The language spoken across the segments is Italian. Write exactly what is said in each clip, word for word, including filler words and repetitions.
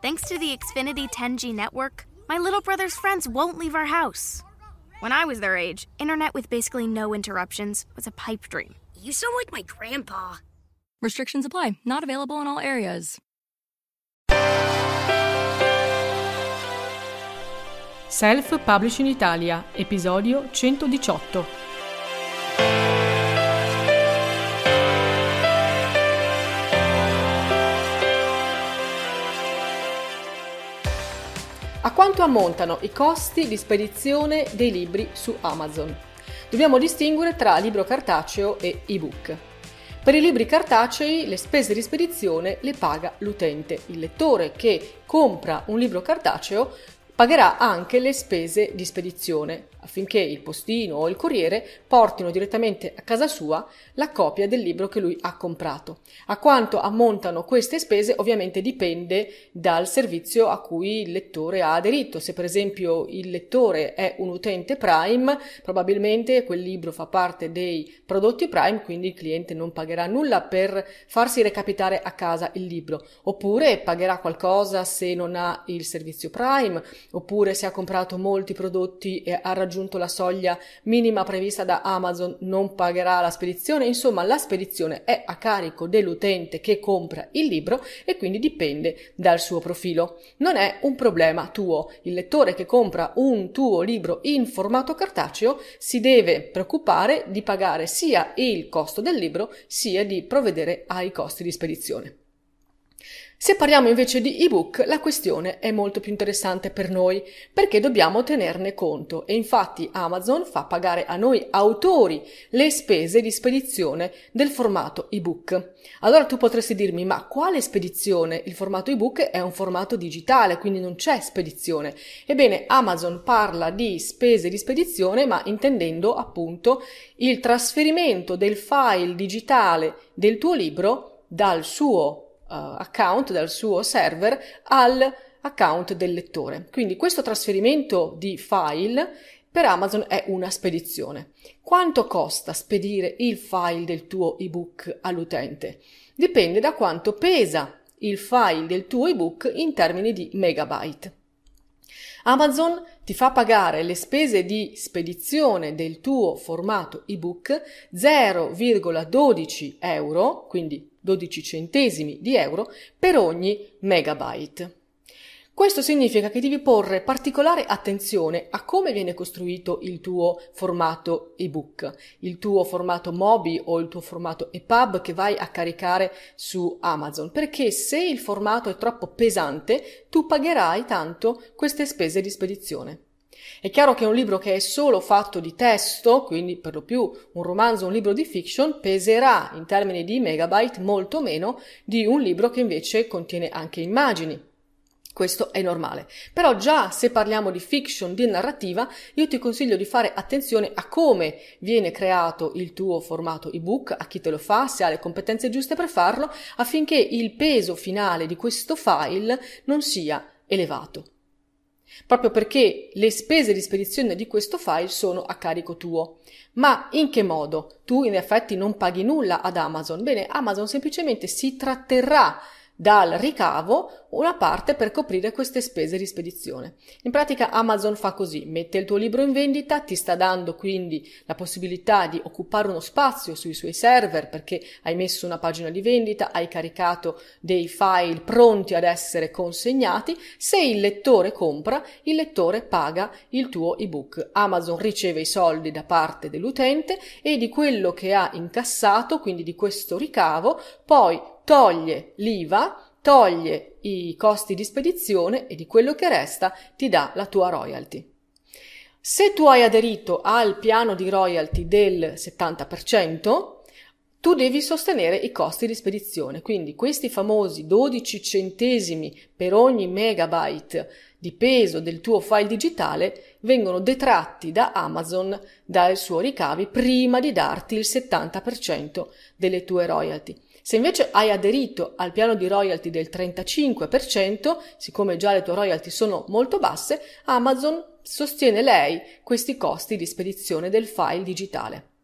Thanks to the Xfinity ten G network, my little brother's friends won't leave our house. When I was their age, internet with basically no interruptions was a pipe dream. You sound like my grandpa. Restrictions apply. Not available in all areas. Self-Publishing Italia, episodio centodiciotto. A quanto ammontano i costi di spedizione dei libri su Amazon? Dobbiamo distinguere tra libro cartaceo e ebook. Per i libri cartacei le spese di spedizione le paga l'utente. Il lettore che compra un libro cartaceo pagherà anche le spese di spedizione affinché il postino o il corriere portino direttamente a casa sua la copia del libro che lui ha comprato. A quanto ammontano queste spese ovviamente dipende dal servizio a cui il lettore ha aderito. Se per esempio il lettore è un utente Prime, probabilmente quel libro fa parte dei prodotti Prime, quindi il cliente non pagherà nulla per farsi recapitare a casa il libro, oppure pagherà qualcosa se non ha il servizio Prime, oppure se ha comprato molti prodotti e ha raggiunto la soglia minima prevista da Amazon non pagherà la spedizione. Insomma, la spedizione è a carico dell'utente che compra il libro e quindi dipende dal suo profilo. Non è un problema tuo. Il lettore che compra un tuo libro in formato cartaceo si deve preoccupare di pagare sia il costo del libro sia di provvedere ai costi di spedizione. Se parliamo invece di ebook, la questione è molto più interessante per noi perché dobbiamo tenerne conto e infatti Amazon fa pagare a noi autori le spese di spedizione del formato ebook. Allora tu potresti dirmi: ma quale spedizione? Il formato ebook è un formato digitale, quindi non c'è spedizione. Ebbene, Amazon parla di spese di spedizione, ma intendendo appunto il trasferimento del file digitale del tuo libro dal suo Uh, account, dal suo server al account del lettore. Quindi questo trasferimento di file per Amazon è una spedizione. Quanto costa spedire il file del tuo ebook all'utente? Dipende da quanto pesa il file del tuo ebook in termini di megabyte. Amazon ti fa pagare le spese di spedizione del tuo formato ebook zero virgola dodici euro, quindi dodici centesimi di euro, per ogni megabyte. Questo significa che devi porre particolare attenzione a come viene costruito il tuo formato ebook, il tuo formato Mobi o il tuo formato E P U B che vai a caricare su Amazon, perché se il formato è troppo pesante, tu pagherai tanto queste spese di spedizione. È chiaro che un libro che è solo fatto di testo, quindi per lo più un romanzo, un libro di fiction, peserà in termini di megabyte molto meno di un libro che invece contiene anche immagini. Questo è normale. Però già se parliamo di fiction, di narrativa, io ti consiglio di fare attenzione a come viene creato il tuo formato ebook, a chi te lo fa, se ha le competenze giuste per farlo, affinché il peso finale di questo file non sia elevato. Proprio perché le spese di spedizione di questo file sono a carico tuo. Ma in che modo? Tu in effetti non paghi nulla ad Amazon. Bene, Amazon semplicemente si tratterrà dal ricavo una parte per coprire queste spese di spedizione. In pratica Amazon fa così: mette il tuo libro in vendita, ti sta dando quindi la possibilità di occupare uno spazio sui suoi server perché hai messo una pagina di vendita, hai caricato dei file pronti ad essere consegnati. Se il lettore compra, il lettore paga il tuo ebook. Amazon riceve i soldi da parte dell'utente e di quello che ha incassato, quindi di questo ricavo, poi toglie l'I V A, toglie i costi di spedizione e di quello che resta ti dà la tua royalty. Se tu hai aderito al piano di royalty del settanta per cento, tu devi sostenere i costi di spedizione, quindi questi famosi dodici centesimi per ogni megabyte di peso del tuo file digitale vengono detratti da Amazon dai suoi ricavi prima di darti il settanta per cento delle tue royalty. Se invece hai aderito al piano di royalty del trentacinque per cento, siccome già le tue royalty sono molto basse, Amazon sostiene lei questi costi di spedizione del file digitale.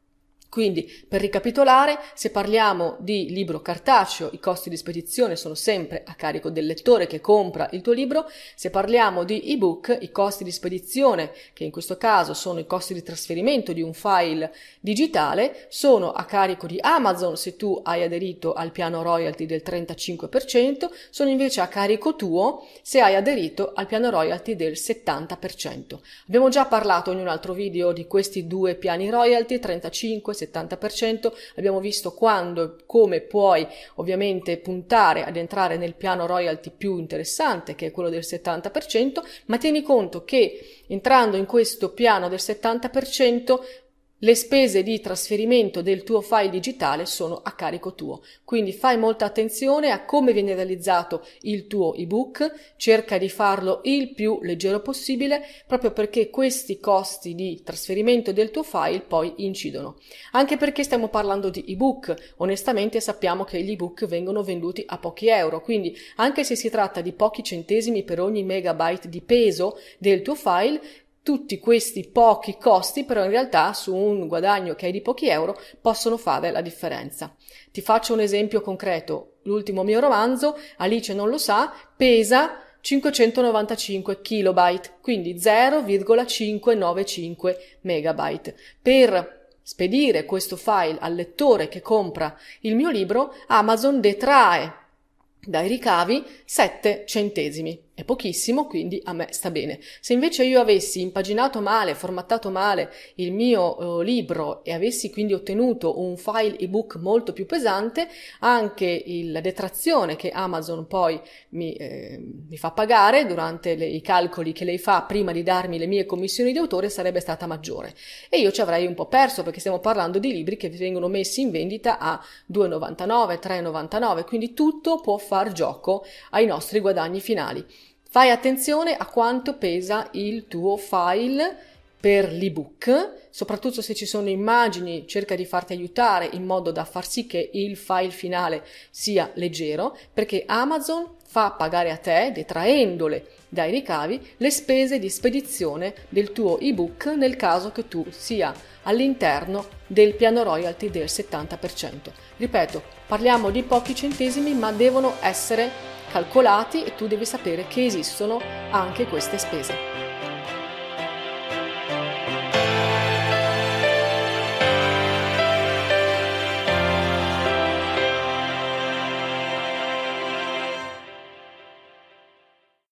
Quindi, per ricapitolare, se parliamo di libro cartaceo, i costi di spedizione sono sempre a carico del lettore che compra il tuo libro. Se parliamo di ebook, i costi di spedizione, che in questo caso sono i costi di trasferimento di un file digitale, sono a carico di Amazon se tu hai aderito al piano royalty del trentacinque per cento, sono invece a carico tuo se hai aderito al piano royalty del settanta per cento. Abbiamo già parlato in un altro video di questi due piani royalty, trentacinque settanta per cento, abbiamo visto quando e come puoi ovviamente puntare ad entrare nel piano royalty più interessante, che è quello del settanta per cento, ma tieni conto che entrando in questo piano del settanta per cento le spese di trasferimento del tuo file digitale sono a carico tuo, quindi fai molta attenzione a come viene realizzato il tuo ebook, cerca di farlo il più leggero possibile proprio perché questi costi di trasferimento del tuo file poi incidono. Anche perché stiamo parlando di ebook, onestamente sappiamo che gli ebook vengono venduti a pochi euro, quindi anche se si tratta di pochi centesimi per ogni megabyte di peso del tuo file, tutti questi pochi costi però in realtà su un guadagno che è di pochi euro possono fare la differenza. Ti faccio un esempio concreto. L'ultimo mio romanzo, Alice non lo sa, pesa cinquecentonovantacinque kilobyte, quindi zero virgola cinquecentonovantacinque megabyte. Per spedire questo file al lettore che compra il mio libro, Amazon detrae dai ricavi sette centesimi. È pochissimo, quindi a me sta bene. Se invece io avessi impaginato male, formattato male il mio eh, libro e avessi quindi ottenuto un file ebook molto più pesante, anche il, la detrazione che Amazon poi mi, eh, mi fa pagare durante le, i calcoli che lei fa prima di darmi le mie commissioni di autore sarebbe stata maggiore. E io ci avrei un po' perso perché stiamo parlando di libri che vengono messi in vendita a due e novantanove, tre e novantanove, quindi tutto può far gioco ai nostri guadagni finali. Fai attenzione a quanto pesa il tuo file per l'ebook, soprattutto se ci sono immagini, cerca di farti aiutare in modo da far sì che il file finale sia leggero, perché Amazon fa pagare a te, detraendole dai ricavi, le spese di spedizione del tuo ebook nel caso che tu sia all'interno del piano royalty del settanta per cento. Ripeto, parliamo di pochi centesimi, ma devono essere calcolati e tu devi sapere che esistono anche queste spese.